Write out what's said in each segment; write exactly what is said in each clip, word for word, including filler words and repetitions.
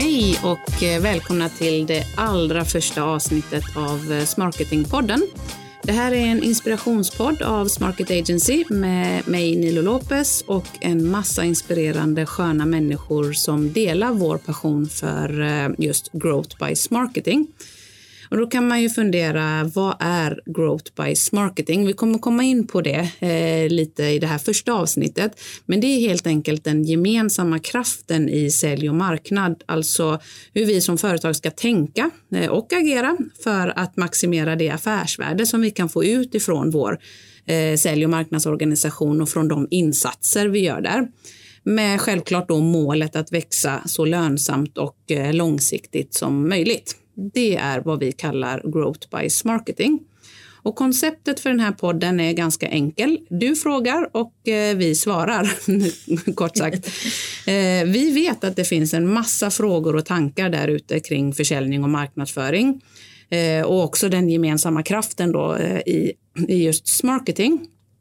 Hej och välkomna till det allra första avsnittet av Smarketingpodden. Det här är en inspirationspodd av Smarket Agency med mig Nilo Lopez och en massa inspirerande sköna människor som delar vår passion för just Growth by Smarketing. Och då kan man ju fundera, vad är Growth by Smarketing? Vi kommer komma in på det eh, lite i det här första avsnittet. Men det är helt enkelt den gemensamma kraften i sälj och marknad. Alltså hur vi som företag ska tänka eh, och agera för att maximera det affärsvärde som vi kan få ut ifrån vår eh, sälj- och marknadsorganisation och från de insatser vi gör där. Med självklart då målet att växa så lönsamt och eh, långsiktigt som möjligt. Det är vad vi kallar Growth by Smarketing. Och konceptet för den här podden är ganska enkel. Du frågar och eh, vi svarar, kort sagt. Eh, vi vet att det finns en massa frågor och tankar där ute kring försäljning och marknadsföring. Eh, och också den gemensamma kraften då eh, i, i just smarketing.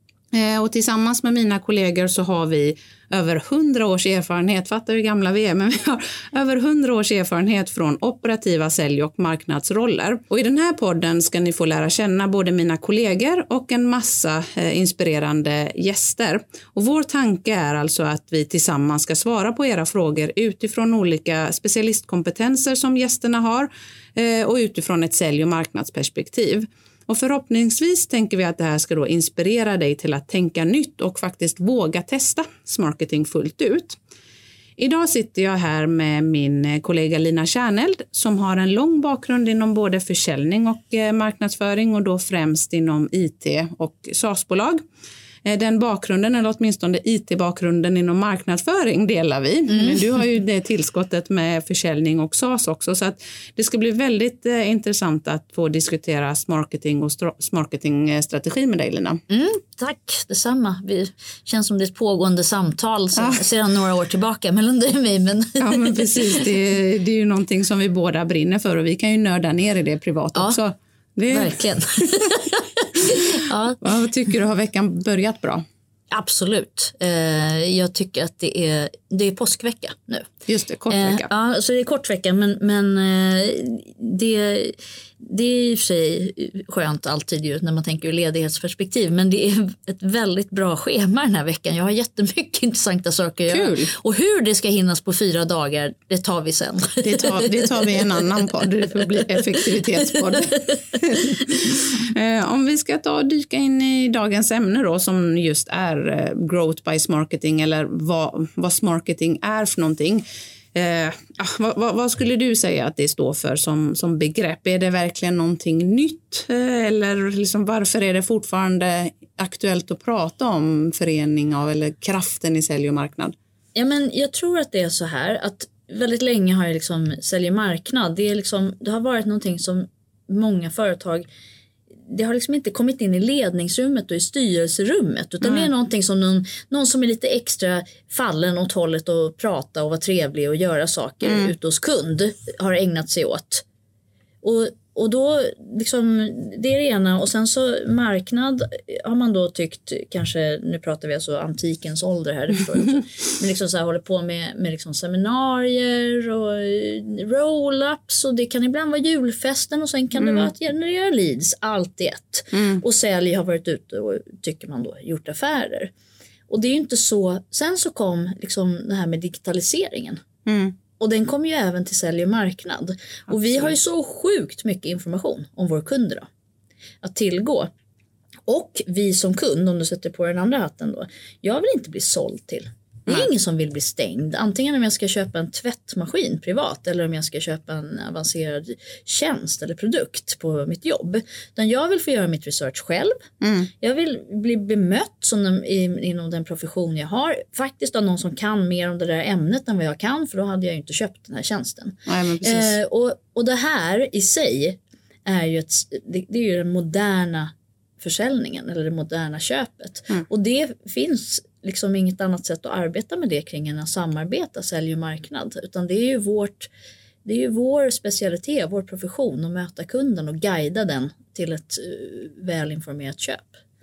Och tillsammans med mina kollegor så har vi över hundra års erfarenhet, fattar hur gamla vi är, men vi har över hundra års erfarenhet från operativa sälj- och marknadsroller. Och i den här podden ska ni få lära känna både mina kollegor och en massa eh, inspirerande gäster. Och vår tanke är alltså att vi tillsammans ska svara på era frågor utifrån olika specialistkompetenser som gästerna har eh, och utifrån ett sälj- och marknadsperspektiv. Och förhoppningsvis tänker vi att det här ska då inspirera dig till att tänka nytt och faktiskt våga testa smarketing fullt ut. Idag sitter jag här med min kollega Lina Kärneld som har en lång bakgrund inom både försäljning och marknadsföring och då främst inom I T och SaaS-bolag. Den bakgrunden, eller åtminstone I T-bakgrunden inom marknadsföring delar vi. Mm. Men du har ju det tillskottet med försäljning och SaaS också. Så att det ska bli väldigt eh, intressant att få diskutera smarketing och st- smarketingstrategi med dig, Lina. Mm, tack, detsamma. Vi känns som det är ett pågående samtal så, ah. sedan några år tillbaka mellan dig och mig. Men... Ja, men precis. Det, det är ju någonting som vi båda brinner för och vi kan ju nörda ner i det privat ja, också. Det... Verkligen. Ja. Vad tycker du, har veckan börjat bra? Absolut. Eh, jag tycker att det är, det är påskvecka nu. Just det, kort vecka. Eh, ja, så det är kort vecka men, men eh, det, det är i och för sig skönt alltid ju när man tänker ur ledighetsperspektiv. Men det är ett väldigt bra schema den här veckan. Jag har jättemycket intressanta saker att Kul. göra. Och hur det ska hinnas på fyra dagar, det tar vi sen. Det tar, det tar vi en annan podd. Det får bli effektivitetspodd. eh, om vi ska ta och dyka in i dagens ämne då som just är Growth by Smarketing eller vad, vad smarketing är för någonting. Eh, vad, vad, vad skulle du säga att det står för som, som begrepp? Är det verkligen någonting nytt? Eh, eller liksom, varför är det fortfarande aktuellt att prata om förening av eller kraften i sälj och marknad? Ja, men jag tror att det är så här att väldigt länge har jag liksom sälj och marknad. Det, är liksom, det har varit någonting som många företag det har liksom inte kommit in i ledningsrummet och i styrelserummet utan mm. det är någonting som någon, någon som är lite extra fallen åt hållet och prata och vara trevlig och göra saker mm. ute hos kund har ägnat sig åt. Och, och då liksom det är det ena och sen så marknad har man då tyckt kanske, nu pratar vi alltså antikens ålder här, det förstår jag också, men liksom så här håller på med, med liksom seminarier och roll-ups och det kan ibland vara julfesten och sen kan mm. det vara att generera leads, allt i ett. Mm. Och sälj har varit ute och tycker man då gjort affärer. Och det är ju inte så, sen så kom liksom det här med digitaliseringen. Mm. Och den kommer ju även till sälj och marknad. Absolut. Och vi har ju så sjukt mycket information om våra kunder då, att tillgå. Och vi som kund, om du sätter på den andra hatten då. Jag vill inte bli såld till. Det är Nej. ingen som vill bli stängd. Antingen om jag ska köpa en tvättmaskin privat eller om jag ska köpa en avancerad tjänst eller produkt på mitt jobb. Utan jag vill få göra mitt research själv. Mm. Jag vill bli bemött som de, inom den profession jag har. Faktiskt av någon som kan mer om det där ämnet än vad jag kan. För då hade jag ju inte köpt den här tjänsten. Nej, men precis. Eh, och, och det här i sig är ju, ett, det, det är ju den moderna försäljningen eller det moderna köpet. Mm. Och det finns liksom inget annat sätt att arbeta med det kring än att samarbeta, sälj och marknad. Utan det är ju vårt, det är ju vår specialitet, vår profession att möta kunden och guida den till ett uh, välinformerat köp.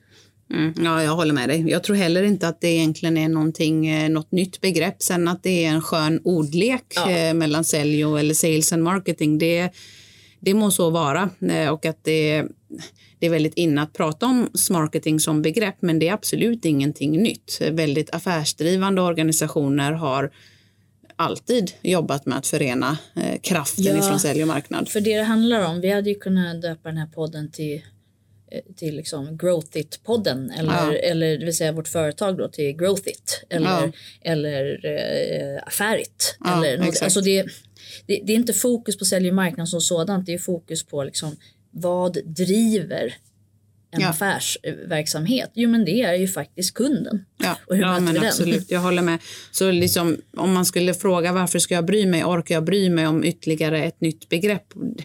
Mm, ja, jag håller med dig. Jag tror heller inte att det egentligen är någonting, något nytt begrepp. Sen att det är en skön ordlek ja. eh, mellan sälj och eller sales and marketing, det, det må så vara. Eh, och att det, det är väldigt inne att prata om marketing som begrepp, men det är absolut ingenting nytt. Väldigt affärsdrivande organisationer har alltid jobbat med att förena eh, kraften ja, ifrån sälj och marknad. För det det handlar om, vi hade ju kunnat döpa den här podden till till liksom Growth It-podden eller, ja. eller det vill säga vårt företag då till Growth It eller, ja. eller äh, Affärit. Ja, eller något. Alltså det, det, det är inte fokus på sälj och marknad som sådant, det är fokus på liksom, vad driver en ja. affärsverksamhet. Jo, men det är ju faktiskt kunden. Ja, och hur ja men absolut, jag håller med. Så liksom, om man skulle fråga varför ska jag bry mig, orkar jag bry mig om ytterligare ett nytt begrepp?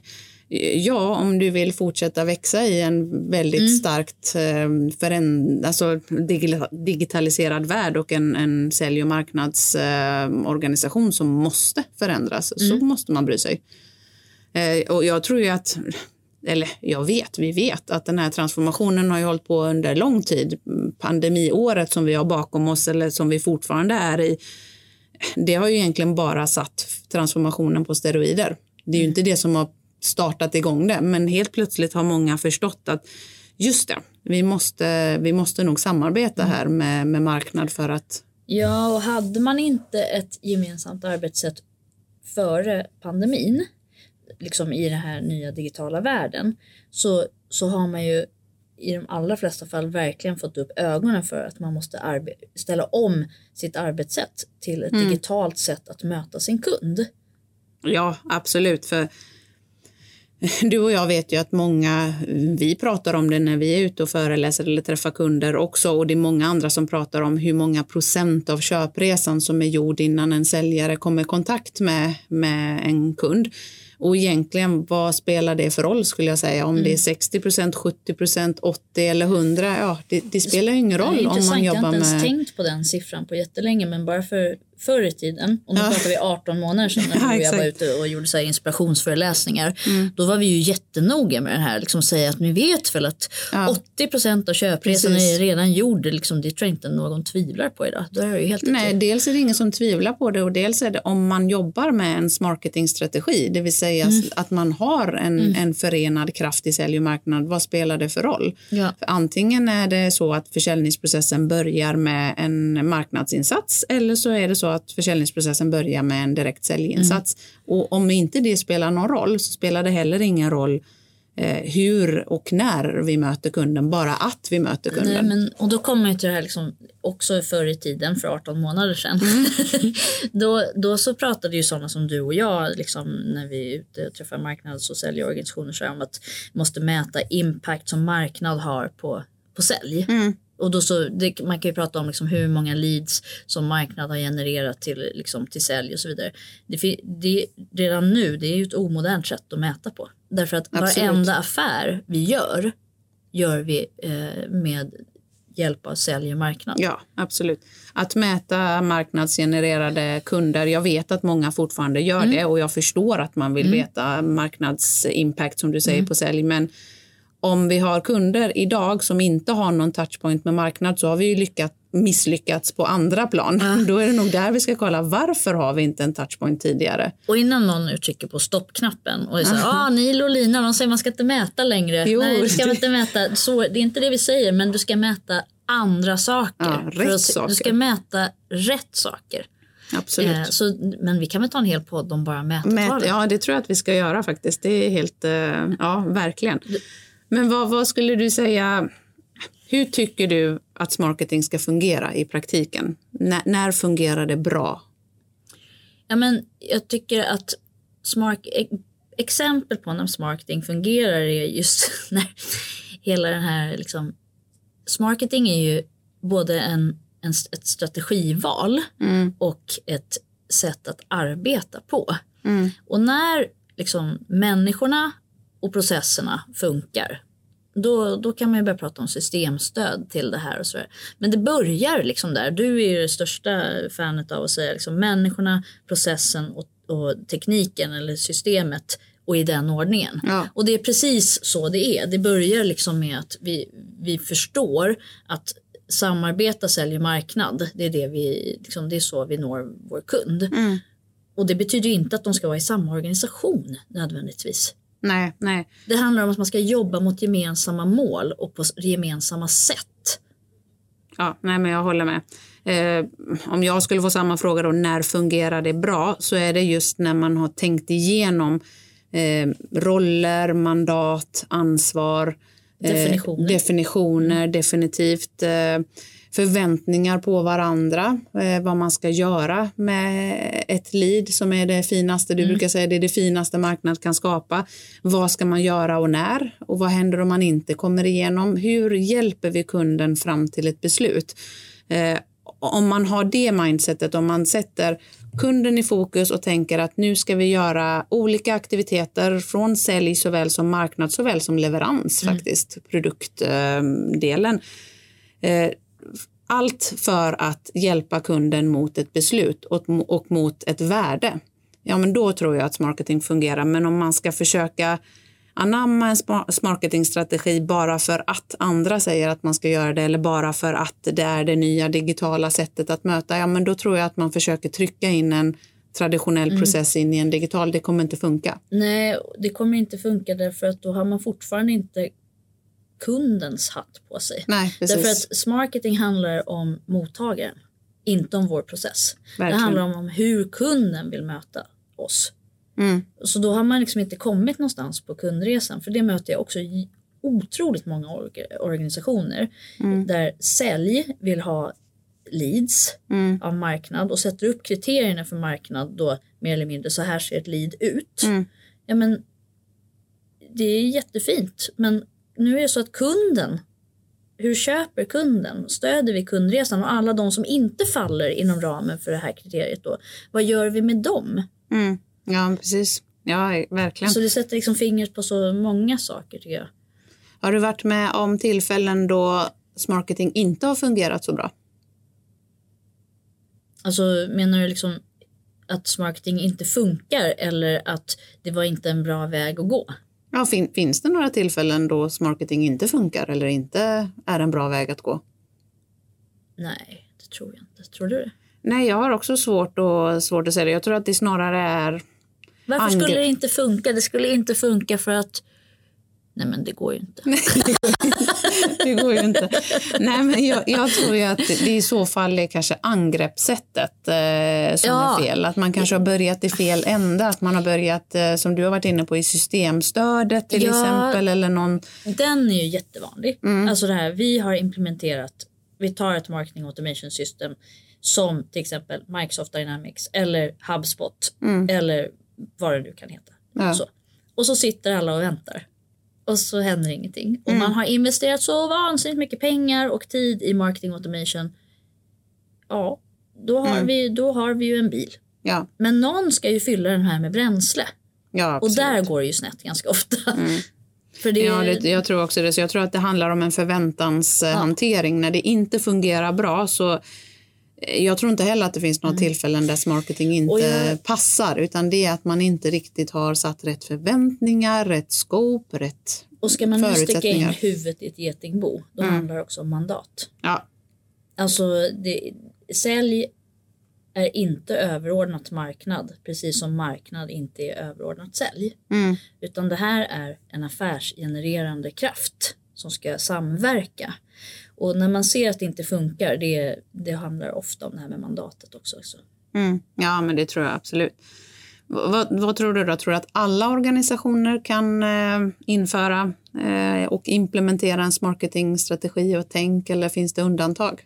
Ja, om du vill fortsätta växa i en väldigt mm. starkt föränd- alltså digitaliserad värld och en, en sälj- och marknadsorganisation som måste förändras, mm. så måste man bry sig. Och jag tror ju att, eller jag vet, vi vet att den här transformationen har ju hållit på under lång tid. Pandemiåret som vi har bakom oss eller som vi fortfarande är i, det har ju egentligen bara satt transformationen på steroider. Det är ju mm. inte det som har startat igång det, men helt plötsligt har många förstått att just det, vi måste, vi måste nog samarbeta här med, med marknad för att... Ja, och hade man inte ett gemensamt arbetssätt före pandemin, liksom i den här nya digitala världen, så, så har man ju i de allra flesta fall verkligen fått upp ögonen för att man måste arbe- ställa om sitt arbetssätt till ett mm. digitalt sätt att möta sin kund. Ja, absolut, för du och jag vet ju att många, vi pratar om det när vi är ute och föreläser eller träffar kunder också, och det är många andra som pratar om hur många procent av köpresan som är gjord innan en säljare kommer i kontakt med, med en kund. Och egentligen, vad spelar det för roll skulle jag säga? Om mm. det är sextio procent, sjuttio procent, åttio eller hundra, ja, det, det spelar ju ingen roll om man jobbar med... Jag har inte ens tänkt på den siffran på jättelänge, men bara för förr i tiden, och nu ja. pratar vi arton månader sedan när ja, jag var ute och gjorde så här inspirationsföreläsningar, mm. då var vi ju jättenoga med det här, liksom säga att ni vet väl att ja. åttio procent av köpresan Precis. är redan gjord, liksom, det tror jag inte någon tvivlar på idag. Då är det ju helt Nej, okej. Dels är det ingen som tvivlar på det, och dels är det om man jobbar med en marketingstrategi, det vill säga mm. att man har en, mm. en förenad kraft i sälj och marknad, vad spelar det för roll? Ja. För antingen är det så att försäljningsprocessen börjar med en marknadsinsats, eller så är det så att försäljningsprocessen börjar med en direkt säljinsats. Mm. Och om inte det spelar någon roll, så spelar det heller ingen roll eh, hur och när vi möter kunden, bara att vi möter kunden. Nej, men, och då kommer jag till det här liksom, också förr i tiden, för arton månader sedan. Mm. då, då så pratade ju sådana som du och jag, liksom, när vi är ute och träffar marknads- och säljorganisationer, så om att vi måste mäta impact som marknad har på, på sälj. Mm. Och då så, det, man kan ju prata om liksom hur många leads som marknad har genererat till, liksom, till sälj och så vidare. Det, det, redan nu, det är ju ett omodernt sätt att mäta på. Därför att Absolut. varenda affär vi gör, gör vi eh, med hjälp av sälj och marknad. Ja, absolut. Att mäta marknadsgenererade kunder, jag vet att många fortfarande gör mm. det, och jag förstår att man vill mm. veta marknadsimpact som du säger mm. på sälj, men om vi har kunder idag som inte har någon touchpoint med marknad, så har vi ju lyckats, misslyckats på andra plan. Ja. Då är det nog där vi ska kolla, varför har vi inte en touchpoint tidigare? Och innan någon uttrycker på stoppknappen och säger, ja, ah, Nilo och Lina, de säger man ska inte mäta längre. Jo, Nej, du ska det... inte mäta. Så, det är inte det vi säger, men du ska mäta andra saker. Ja, rätt att, saker. Du ska mäta rätt saker. Absolut. Eh, så, men vi kan väl ta en hel podd om bara mätetalen. Mät, ja, det tror jag att vi ska göra faktiskt. Det är helt, eh, ja, verkligen. Men vad, vad skulle du säga, hur tycker du att marketing ska fungera i praktiken? N- när fungerar det bra? Ja, men jag tycker att smart, exempel på när marketing fungerar är just när hela den här liksom, marketing är ju både en, en, ett strategival mm. och ett sätt att arbeta på. Mm. Och när liksom människorna och processerna funkar, då, då kan man ju börja prata om systemstöd till det här och så. Men det börjar liksom där. Du är ju det största fanet av att säga liksom människorna, processen och, och tekniken eller systemet och i den ordningen. Ja. Och det är precis så det är. Det börjar liksom med att vi, vi förstår att samarbeta, säljer marknad. Det är, det vi, liksom, det är så vi når vår kund. Mm. Och det betyder ju inte att de ska vara i samma organisation nödvändigtvis. Nej, nej. Det handlar om att man ska jobba mot gemensamma mål och på gemensamma sätt. Ja, nej, men jag håller med. Eh, om jag skulle få samma fråga då, när fungerar det bra, så är det just när man har tänkt igenom eh, roller, mandat, ansvar, eh, Definitioner. definitioner definitivt eh, förväntningar på varandra, eh, vad man ska göra med ett lead som är det finaste, du mm. brukar säga det är det finaste marknad kan skapa. Vad ska man göra och när? Och vad händer om man inte kommer igenom? Hur hjälper vi kunden fram till ett beslut? Eh, om man har det mindsetet, om man sätter kunden i fokus och tänker att nu ska vi göra olika aktiviteter från sälj såväl som marknad såväl som leverans mm. faktiskt, produktdelen. Eh, Allt för att hjälpa kunden mot ett beslut och, och mot ett värde. Ja, men då tror jag att marketing fungerar. Men om man ska försöka anamma en marketingstrategi bara för att andra säger att man ska göra det eller bara för att det är det nya digitala sättet att möta, ja, men då tror jag att man försöker trycka in en traditionell mm. process in i en digital. Det kommer inte funka. Nej, det kommer inte funka därför att då har man fortfarande inte kundens hatt på sig. Nej, precis. Därför att marketing handlar om mottagaren, inte om vår process. Verkligen. Det handlar om hur kunden vill möta oss. Mm. Så då har man liksom inte kommit någonstans på kundresan. För det möter jag också i otroligt många org- organisationer mm. där sälj vill ha leads mm. av marknad och sätter upp kriterierna för marknad då mer eller mindre så här ser ett lead ut. Mm. Ja, men det är jättefint, men nu är det så att kunden, hur köper kunden? Stöder vi kundresan och alla de som inte faller inom ramen för det här kriteriet då? Vad gör vi med dem? Mm. Ja, precis. Ja, verkligen. Så det sätter liksom fingret på så många saker tycker jag. Har du varit med om tillfällen då marketing inte har fungerat så bra? Alltså menar du liksom att marketing inte funkar eller att det var inte en bra väg att gå? Ja, fin- finns det några tillfällen då marketing inte funkar eller inte är en bra väg att gå? Nej, det tror jag inte. Tror du det? Nej, jag har också svårt, och, svårt att säga det. Jag tror att det snarare är... Varför angre- skulle det inte funka? Det skulle inte funka för att... Nej, men det går ju inte. Det går ju inte. Nej, men jag, jag tror ju att det i så fall är kanske angreppssättet eh, som ja. är fel. Att man kanske har börjat i fel ända. Att man har börjat, eh, som du har varit inne på, i systemstödet till ja, exempel. Eller någon... Den är ju jättevanlig. Mm. Alltså det här, vi har implementerat, vi tar ett marketing automation system som till exempel Microsoft Dynamics eller HubSpot mm. eller vad det nu kan heta. Ja. Så. Och så sitter alla och väntar. Och så händer ingenting. Och mm. man har investerat så vansinnigt mycket pengar och tid i marketing automation. Ja, då har, mm. vi, då har vi ju en bil. Ja. Men någon ska ju fylla den här med bränsle. Ja, och där går det ju snett ganska ofta. Mm. För det... Ja, det, jag tror också det. Så jag tror att det handlar om en förväntanshantering. Ja. När det inte fungerar bra så... Jag tror inte heller att det finns några mm. tillfällen där marketing inte jag... passar. Utan det är att man inte riktigt har satt rätt förväntningar, rätt scope, rätt och ska man nu sticka in huvudet i ett getingbo, då mm. handlar det också om mandat. Ja. Alltså, det, sälj är inte överordnat marknad. Precis som marknad inte är överordnat sälj. Mm. Utan det här är en affärsgenererande kraft som ska samverka. Och när man ser att det inte funkar, det, det handlar ofta om det här med mandatet också. också. Mm. Ja, men det tror jag absolut. V- vad, vad tror du då? Tror du att alla organisationer kan eh, införa eh, och implementera en marketingstrategi och tänk, eller finns det undantag?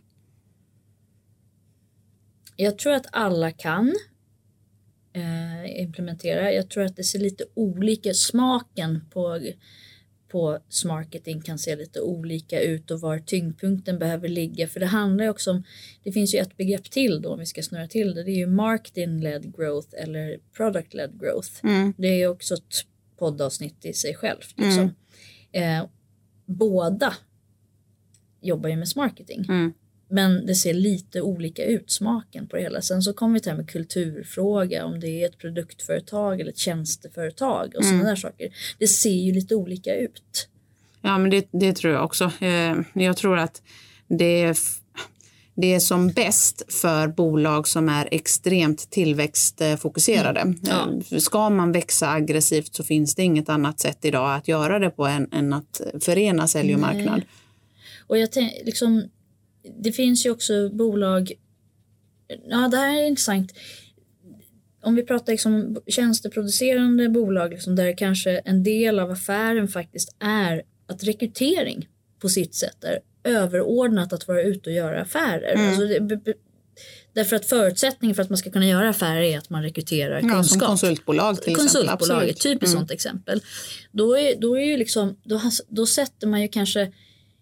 Jag tror att alla kan eh, implementera. Jag tror att det ser lite olika, smaken på... på marketing kan se lite olika ut och var tyngdpunkten behöver ligga. För det handlar ju också om, det finns ju ett begrepp till då om vi ska snurra till det. Det är ju marketing-led growth eller product-led growth. Mm. Det är ju också ett poddavsnitt i sig självt. Liksom. Mm. Eh, båda jobbar ju med marketing. Mm. Men det ser lite olika ut, smaken på det hela. Sen så kommer vi till det med kulturfråga, om det är ett produktföretag eller ett tjänsteföretag och mm. sådana där saker. Det ser ju lite olika ut. Ja, men det, det tror jag också. Jag tror att det är, det är som bäst för bolag som är extremt tillväxtfokuserade. Mm. Ja. Ska man växa aggressivt så finns det inget annat sätt idag att göra det på än, än att förena sälj och marknad. Nej. Och jag tänker liksom, det finns ju också bolag, ja det här är intressant. Om vi pratar liksom tjänsteproducerande bolag liksom, där kanske en del av affären faktiskt är att rekrytering på sitt sätt är överordnat att vara ute och göra affärer. Mm. Alltså det, därför att förutsättningen för att man ska kunna göra affärer är att man rekryterar kunskap. Ja, som konsultbolag till Konsultbolag är ett typiskt mm. sånt exempel. Då, är, då, är ju liksom, då, då sätter man ju kanske,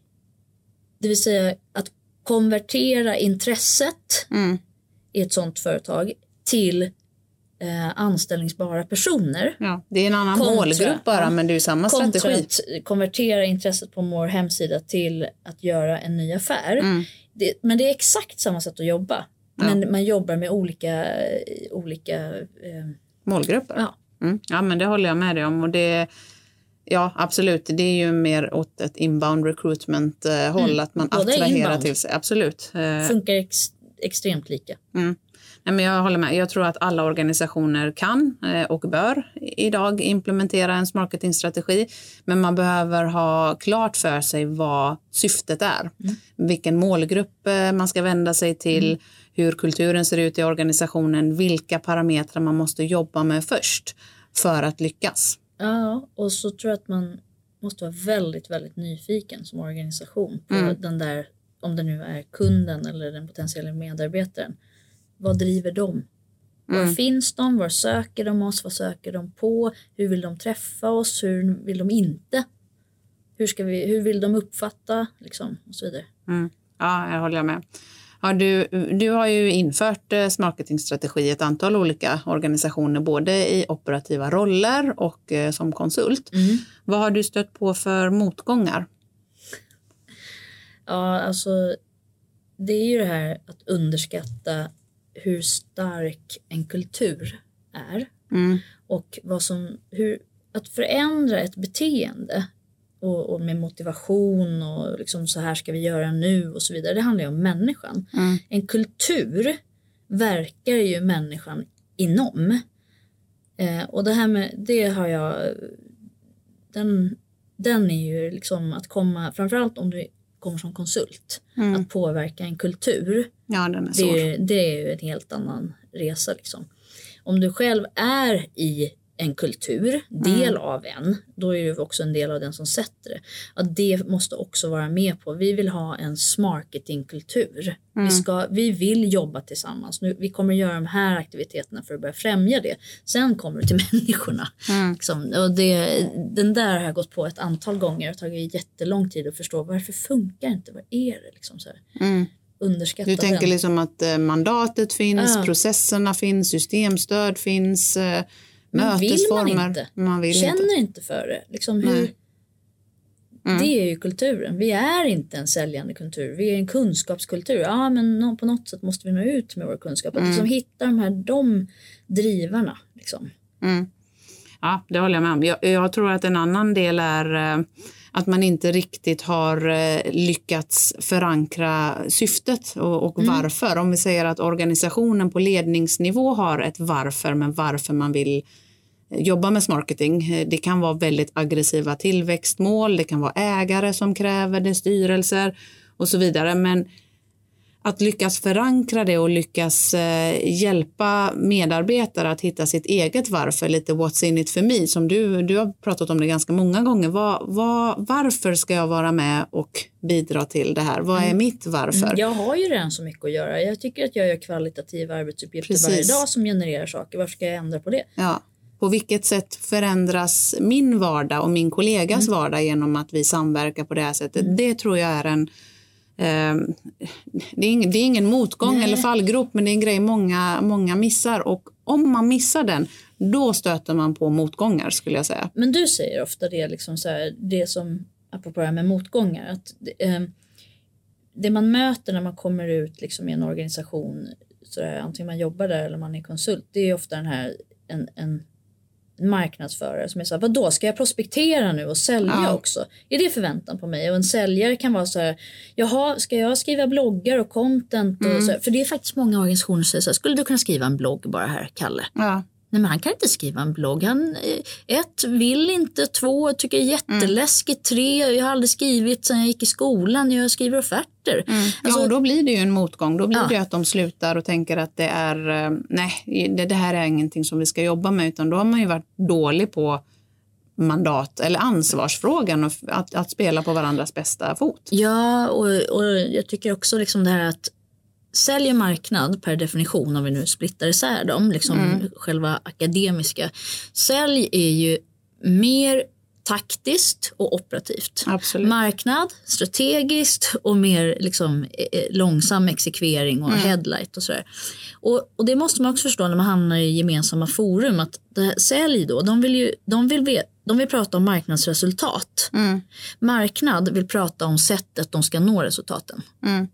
det vill säga att konvertera intresset mm. i ett sånt företag till eh, anställningsbara personer. Ja, det är en annan kontra, målgrupp bara, men det är ju samma strategi. Att konvertera intresset på More hemsida till att göra en ny affär. Mm. Det, men det är exakt samma sätt att jobba. Ja. Men man jobbar med olika, olika eh, målgrupper. Ja. Mm. Ja, men det håller jag med dig om. Och det, ja, absolut. Det är ju mer åt ett inbound recruitment eh, håll mm. att man både attraherar inbound. Till sig. Absolut. Funkar ex, extremt lika. Mm. Nej, men jag håller med. Jag tror att alla organisationer kan eh, och bör idag implementera en marketingstrategi. Men man behöver ha klart för sig vad syftet är. Mm. Vilken målgrupp eh, man ska vända sig till. Mm. Hur kulturen ser ut i organisationen. Vilka parametrar man måste jobba med först för att lyckas. Ja, och så tror jag att man måste vara väldigt, väldigt nyfiken som organisation på mm. den där, om det nu är kunden eller den potentiella medarbetaren. Vad driver de? Var mm. finns de? Var söker de oss? Vad söker de på? Hur vill de träffa oss? Hur vill de inte? Hur, ska vi, hur vill de uppfatta? Liksom, och så vidare. Mm. Ja, jag håller med. Ja, du, du har ju infört eh, marketingstrategi i ett antal olika organisationer, både i operativa roller och eh, som konsult. Mm. Vad har du stött på för motgångar? Ja, alltså det är ju det här att underskatta hur stark en kultur är. Mm. Och vad som, hur, att förändra ett beteende och, och med motivation och liksom så här ska vi göra nu och så vidare. Det handlar ju om människan. Mm. En kultur verkar ju människan inom. Eh, och det här med, det har jag, den, den är ju liksom att komma, framförallt om du kommer som konsult, mm. att påverka en kultur. Ja, den är det, är, det är ju en helt annan resa liksom. Om du själv är i en kultur, del mm. av en, då är du också en del av den som sätter det. Att det måste också vara med på. Vi vill ha en marketingkultur. Mm. Vi, ska, vi vill jobba tillsammans. Nu, vi kommer göra de här aktiviteterna för att börja främja det. Sen kommer det till människorna. Mm. Liksom. Och det, den där har jag gått på ett antal gånger och tagit jättelång tid att förstå. Varför funkar inte? Vad är det? Liksom så här. Mm. Underskatta du tänker den. Liksom att eh, mandatet finns, ja. Processerna finns, systemstöd finns, eh, men vill man mötesformer. Inte? Man vill Känner inte. inte för det. Liksom hur, mm. Det är ju kulturen. Vi är inte en säljande kultur. Vi är en kunskapskultur. Ja, men på något sätt måste vi nå ut med vår kunskap. Att mm. liksom hitta de här de drivarna. Liksom. Mm. Ja, det håller jag med om. Jag, jag tror att en annan del är... Eh, att man inte riktigt har eh, lyckats förankra syftet och, och mm. varför. Om vi säger att organisationen på ledningsnivå har ett varför, men varför man vill jobba med marketing. Det kan vara väldigt aggressiva tillväxtmål, det kan vara ägare som kräver det, styrelser och så vidare. Men att lyckas förankra det och lyckas eh, hjälpa medarbetare att hitta sitt eget varför, lite what's in it for me, som du, du har pratat om det ganska många gånger. Var, var, varför ska jag vara med och bidra till det här? Vad är mm. mitt varför? Jag har ju redan så mycket att göra. Jag tycker att jag gör kvalitativa arbetsuppgifter Precis. varje dag som genererar saker. Varför ska jag ändra på det? Ja. På vilket sätt förändras min vardag och min kollegas mm. vardag genom att vi samverkar på det här sättet? Mm. Det tror jag är en... Um, det, är ingen, det är ingen motgång Nej. eller fallgrop, men det är en grej många, många missar, och om man missar den, då stöter man på motgångar, skulle jag säga. Men du säger ofta det, liksom så här, det som apropå det här med motgångar, att um, det man möter när man kommer ut liksom i en organisation, sådär, antingen man jobbar där eller man är konsult, det är ofta den här en, en marknadsförare som är så här, vadå, ska jag prospektera nu och sälja ja. också? Är det förväntan på mig? Och en säljare kan vara så här, jaha, ska jag skriva bloggar och content? Och mm. så här? För det är faktiskt många organisationer som säger så här, skulle du kunna skriva en blogg bara här, Kalle? Ja. Nej, men han kan inte skriva en blogg. Han, ett, vill inte. Två, tycker det är jätteläskigt. Tre, jag har aldrig skrivit sedan jag gick i skolan. Jag skriver offerter. Mm. Alltså, ja, och då blir det ju en motgång. Då blir ja. det ju att de slutar och tänker att det är, nej, det, det här är ingenting som vi ska jobba med. Utan då har man ju varit dålig på mandat eller ansvarsfrågan och att, att spela på varandras bästa fot. Ja, och, och jag tycker också liksom det här att sälj och marknad per definition, om vi nu splittar isär dem, liksom mm. själva akademiska. Sälj är ju mer taktiskt och operativt. Absolut. Marknad, strategiskt och mer liksom långsam exekvering och mm. headlight och sådär. Och, och det måste man också förstå när man hamnar i gemensamma forum, att det här, sälj då, de vill ju, de vill veta, de vill prata om marknadsresultat. Mm. Marknad vill prata om sättet de ska nå resultaten. Mm.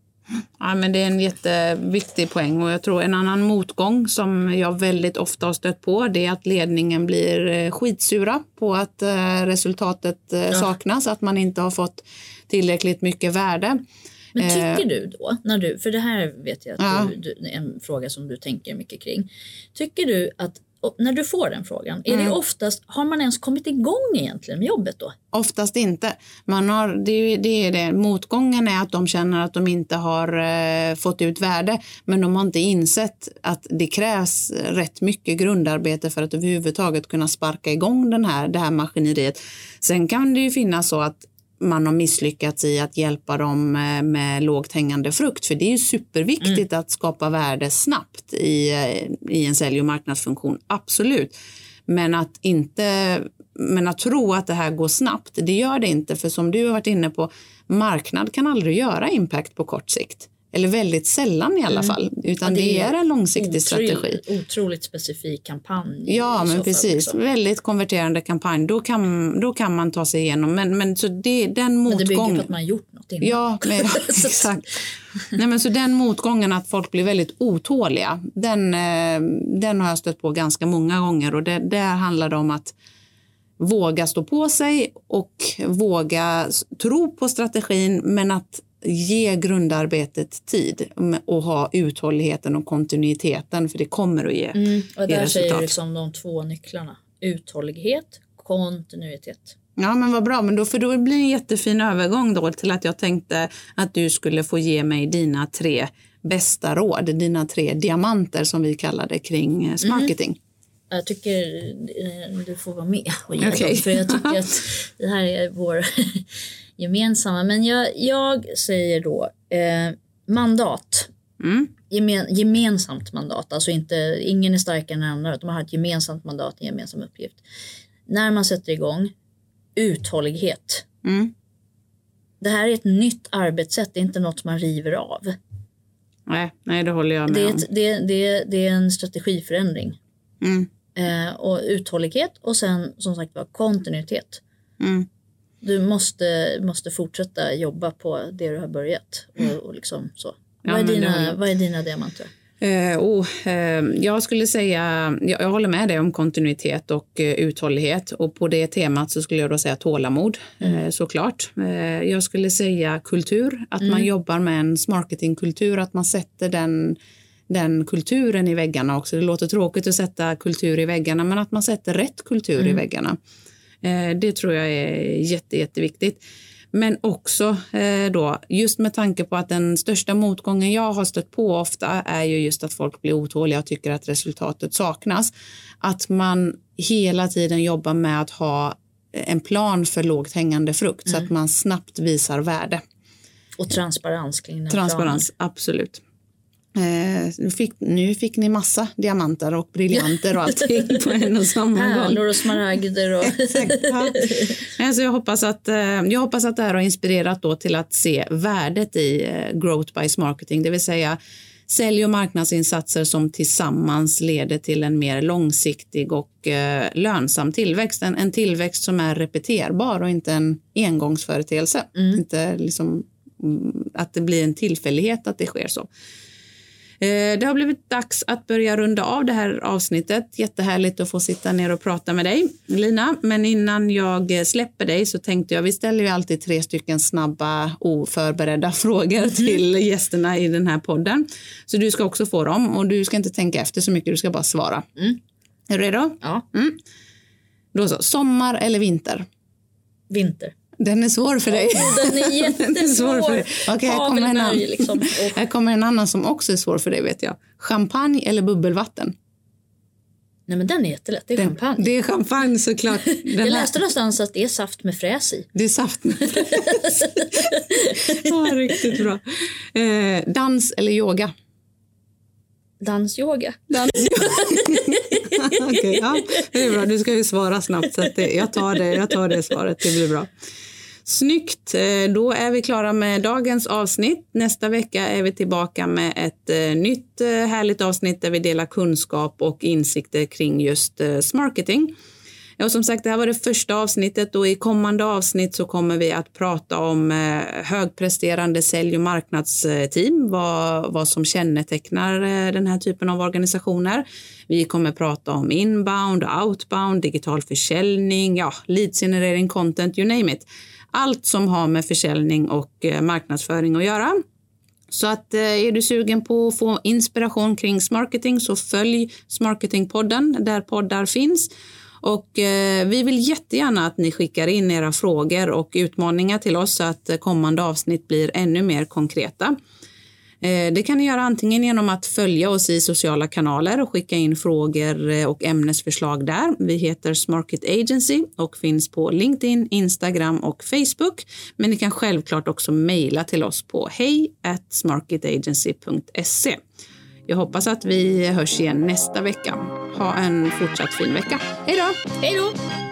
Ja, men det är en jätteviktig poäng, och jag tror en annan motgång som jag väldigt ofta har stött på, det är att ledningen blir skitsura på att resultatet ja. saknas, att man inte har fått tillräckligt mycket värde. Men tycker du då, när du, för det här vet jag att ja. du, du, en fråga som du tänker mycket kring, tycker du att när du får den frågan, är mm. det oftast, har man ens kommit igång egentligen med jobbet då? Oftast inte. Man har, det, det är det. Motgången är att de känner att de inte har eh, fått ut värde, men de har inte insett att det krävs rätt mycket grundarbete för att överhuvudtaget kunna sparka igång den här, det här maskineriet. Sen kan det ju finnas så att man har misslyckats i att hjälpa dem med, med lågt hängande frukt. För det är ju superviktigt mm. att skapa värde snabbt i, i en sälj- och marknadsfunktion. Absolut. Men att, inte, men att tro att det här går snabbt, det gör det inte. För som du har varit inne på, marknad kan aldrig göra impact på kort sikt. Eller väldigt sällan i alla fall. Mm. Utan det, det är en långsiktig otroligt, strategi. Otroligt specifik kampanj. Ja, men precis. Liksom. Väldigt konverterande kampanj. Då kan, då kan man ta sig igenom. Men, men så det, den motgången... Men det bygger på att man har gjort något innan. Ja, men, exakt. Nej, men så den motgången att folk blir väldigt otåliga, den, den har jag stött på ganska många gånger. Och det, där handlar det om att våga stå på sig och våga tro på strategin, men att ge grundarbetet tid och ha uthålligheten och kontinuiteten, för det kommer att ge, mm, och där säger du liksom de två nycklarna: uthållighet, kontinuitet. Ja, men vad bra, men då, för då blir det en jättefin övergång då till att jag tänkte att du skulle få ge mig dina tre bästa råd, dina tre diamanter som vi kallar det kring marketing. Mm. Jag tycker du får vara med och ge okay. dem, för jag tycker att det här är vår gemensamma. Men jag, jag säger då eh, mandat. Mm. Gemen, gemensamt mandat. Alltså inte, ingen är starkare än den andra, utan man har ett gemensamt mandat, en gemensam uppgift. När man sätter igång, uthållighet. Mm. Det här är ett nytt arbetssätt, det är inte något man river av. Nej, nej det håller jag med det är om. Ett, det, det, det är en strategiförändring. Mm. Eh, och uthållighet, och sen som sagt var kontinuitet. Mm. Du måste, måste fortsätta jobba på det du har börjat. Och, och liksom så. Ja, vad, är dina, vad är dina diamanter? Uh, oh, uh, jag skulle säga, jag, jag håller med dig om kontinuitet och uh, uthållighet. Och på det temat så skulle jag då säga tålamod, mm. uh, såklart. Uh, jag skulle säga kultur, att mm. man jobbar med en marketingkultur, att man sätter den... den kulturen i väggarna också. Det låter tråkigt att sätta kultur i väggarna, men att man sätter rätt kultur mm. i väggarna. Eh, det tror jag är jätte, jätteviktigt. Men också eh, då, just med tanke på att den största motgången jag har stött på ofta är ju just att folk blir otåliga och tycker att resultatet saknas. Att man hela tiden jobbar med att ha en plan för lågt hängande frukt, mm. så att man snabbt visar värde. Och transparens kring den Transparens, planen. Absolut. Eh, nu, fick, nu fick ni massa diamanter och briljanter och allting på en och samma gång. Pärlor och smaragder. Och Exakt, ja. Alltså jag, hoppas att, eh, jag hoppas att det här har inspirerat då till att se värdet i eh, growth by marketing. Det vill säga sälj- och marknadsinsatser som tillsammans leder till en mer långsiktig och eh, lönsam tillväxt. En, en tillväxt som är repeterbar och inte en engångsföreteelse. Mm. Inte liksom att det blir en tillfällighet att det sker så. Det har blivit dags att börja runda av det här avsnittet. Jättehärligt att få sitta ner och prata med dig, Lina. Men innan jag släpper dig så tänkte jag, vi ställer ju alltid tre stycken snabba, oförberedda frågor mm. till gästerna i den här podden. Så du ska också få dem och du ska inte tänka efter så mycket, du ska bara svara. Mm. Är du redo? Ja. Mm. Då så, sommar eller vinter? Vinter. Den är svår för dig. Oh, den är jättesvår. Okej, okay, här, kommer en annan. Liksom. Oh. Här kommer en annan som också är svår för dig, vet jag. Champagne eller bubbelvatten? Nej, men den är jättelätt. Det är den, champagne. Det är champagne såklart. Den jag här... läste någonstans att det är saft med fräs i. Det är saft med fräs. Ja, riktigt bra. Eh, dans eller yoga? Dansyoga. Dansyoga. Okej, okay, ja, det är bra. Du ska ju svara snabbt så att det, jag, tar det, jag tar det svaret. Det blir bra. Snyggt. Då är vi klara med dagens avsnitt. Nästa vecka är vi tillbaka med ett eh, nytt eh, härligt avsnitt där vi delar kunskap och insikter kring just eh, marketing. Och som sagt, det här var det första avsnittet och i kommande avsnitt så kommer vi att prata om eh, högpresterande sälj- och marknadsteam, vad, vad som kännetecknar eh, den här typen av organisationer. Vi kommer prata om inbound och outbound, digital försäljning, ja, lead-generering, content, you name it. Allt som har med försäljning och eh, marknadsföring att göra. Så att eh, är du sugen på att få inspiration kring marketing så följ Smarketingpodden där poddar finns. Och eh, vi vill jättegärna att ni skickar in era frågor och utmaningar till oss så att kommande avsnitt blir ännu mer konkreta. Eh, det kan ni göra antingen genom att följa oss i sociala kanaler och skicka in frågor och ämnesförslag där. Vi heter Smarket Agency och finns på LinkedIn, Instagram och Facebook. Men ni kan självklart också mejla till oss på hej at smarketagency punkt se. Jag hoppas att vi hörs igen nästa vecka. Ha en fortsatt fin vecka. Hej då! Hej då!